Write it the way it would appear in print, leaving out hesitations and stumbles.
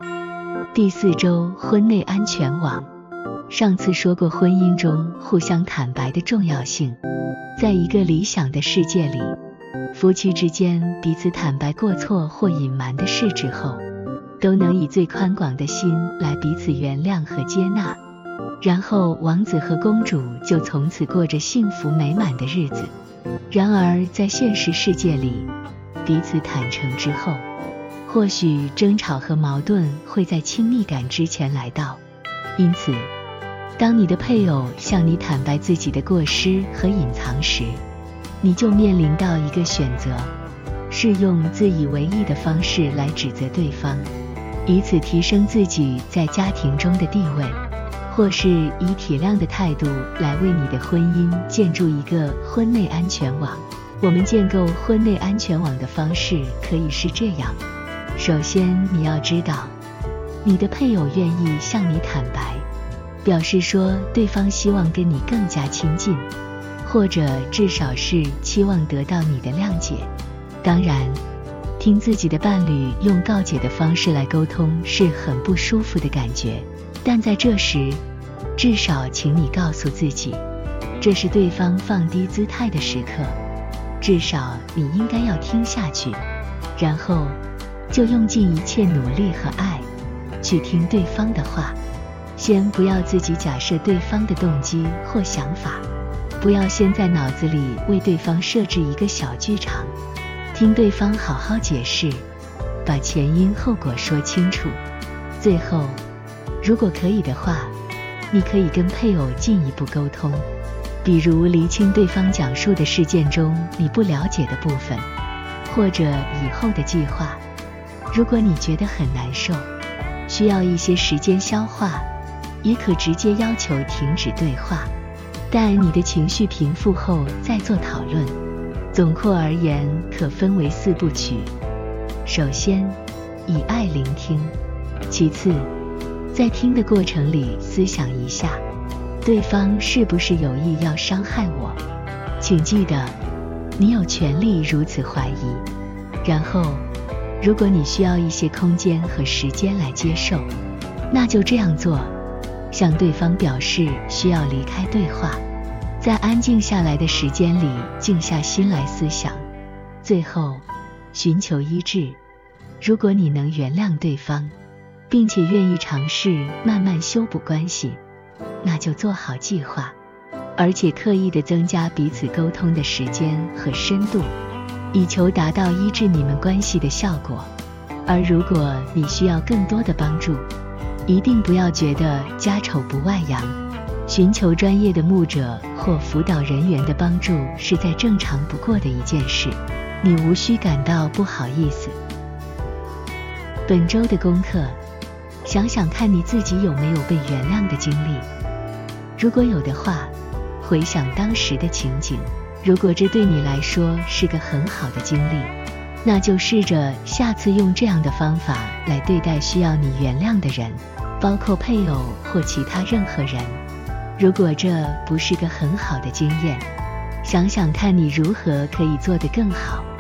第4周婚内安全网。上次说过婚姻中互相坦白的重要性，在一个理想的世界里，夫妻之间彼此坦白过错或隐瞒的事之后，都能以最宽广的心来彼此原谅和接纳，然后王子和公主就从此过着幸福美满的日子。然而在现实世界里，彼此坦诚之后，或许争吵和矛盾会在亲密感之前来到。因此，当你的配偶向你坦白自己的过失和隐藏时，你就面临到一个选择，是用自以为意的方式来指责对方，以此提升自己在家庭中的地位，或是以体谅的态度来为你的婚姻建筑一个婚内安全网。我们建构婚内安全网的方式可以是这样：首先，你要知道，你的配偶愿意向你坦白，表示说对方希望跟你更加亲近，或者至少是期望得到你的谅解。当然，听自己的伴侣用告解的方式来沟通是很不舒服的感觉，但在这时，至少请你告诉自己，这是对方放低姿态的时刻，至少你应该要听下去，然后就用尽一切努力和爱去听对方的话。先不要自己假设对方的动机或想法，不要先在脑子里为对方设置一个小剧场，听对方好好解释，把前因后果说清楚。最后，如果可以的话，你可以跟配偶进一步沟通，比如厘清对方讲述的事件中你不了解的部分，或者以后的计划。如果你觉得很难受，需要一些时间消化，也可直接要求停止对话，但你的情绪平复后再做讨论。总括而言，可分为4部曲。首先，以爱聆听。其次，在听的过程里思想一下，对方是不是有意要伤害我？请记得，你有权利如此怀疑。然后，如果你需要一些空间和时间来接受，那就这样做，向对方表示需要离开对话，在安静下来的时间里静下心来思想。最后，寻求医治。如果你能原谅对方，并且愿意尝试慢慢修补关系，那就做好计划，而且刻意地增加彼此沟通的时间和深度，以求达到医治你们关系的效果。而如果你需要更多的帮助，一定不要觉得家丑不外扬，寻求专业的牧者或辅导人员的帮助是再正常不过的一件事，你无需感到不好意思。本周的功课，想想看你自己有没有被原谅的经历，如果有的话，回想当时的情景，如果这对你来说是个很好的经历，那就试着下次用这样的方法来对待需要你原谅的人，包括配偶或其他任何人。如果这不是个很好的经验，想想看你如何可以做得更好。